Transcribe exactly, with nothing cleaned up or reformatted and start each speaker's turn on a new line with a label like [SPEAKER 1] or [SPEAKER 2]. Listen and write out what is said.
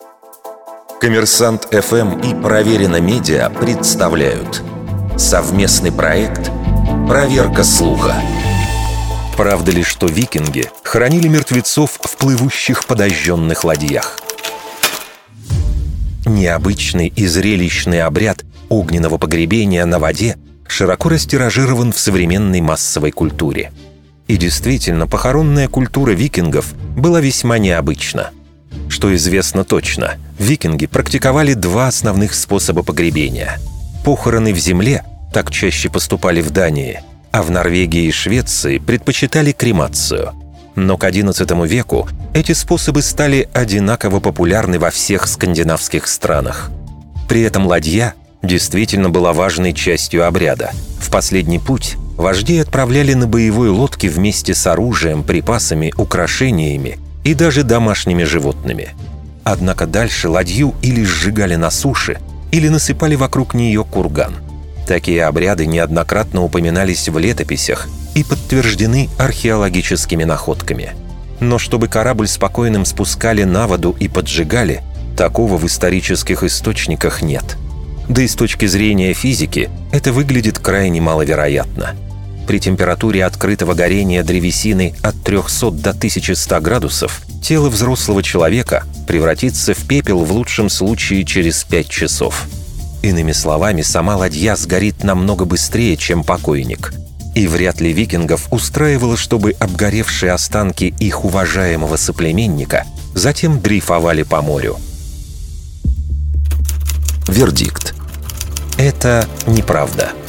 [SPEAKER 1] Коммерсант эф эм и Проверено Медиа представляют совместный проект «Проверка слуха». Правда ли, что викинги хоронили мертвецов в плывущих подожженных ладьях? Необычный и зрелищный обряд огненного погребения на воде широко растиражирован в современной массовой культуре. И действительно, похоронная культура викингов была весьма необычна. Что известно точно, викинги практиковали два основных способа погребения. Похороны в земле, так чаще поступали в Дании, а в Норвегии и Швеции предпочитали кремацию. Но к одиннадцатому веку эти способы стали одинаково популярны во всех скандинавских странах. При этом ладья действительно была важной частью обряда. В последний путь вождей отправляли на боевой лодке вместе с оружием, припасами, украшениями и даже домашними животными. Однако дальше ладью или сжигали на суше, или насыпали вокруг нее курган. Такие обряды неоднократно упоминались в летописях и подтверждены археологическими находками. Но чтобы корабль спокойным спускали на воду и поджигали, такого в исторических источниках нет. Да и с точки зрения физики это выглядит крайне маловероятно. При температуре открытого горения древесины от трёхсот до тысячи ста градусов тело взрослого человека превратится в пепел в лучшем случае через пять часов. Иными словами, сама ладья сгорит намного быстрее, чем покойник. И вряд ли викингов устраивало, чтобы обгоревшие останки их уважаемого соплеменника затем дрейфовали по морю. Вердикт. Это неправда.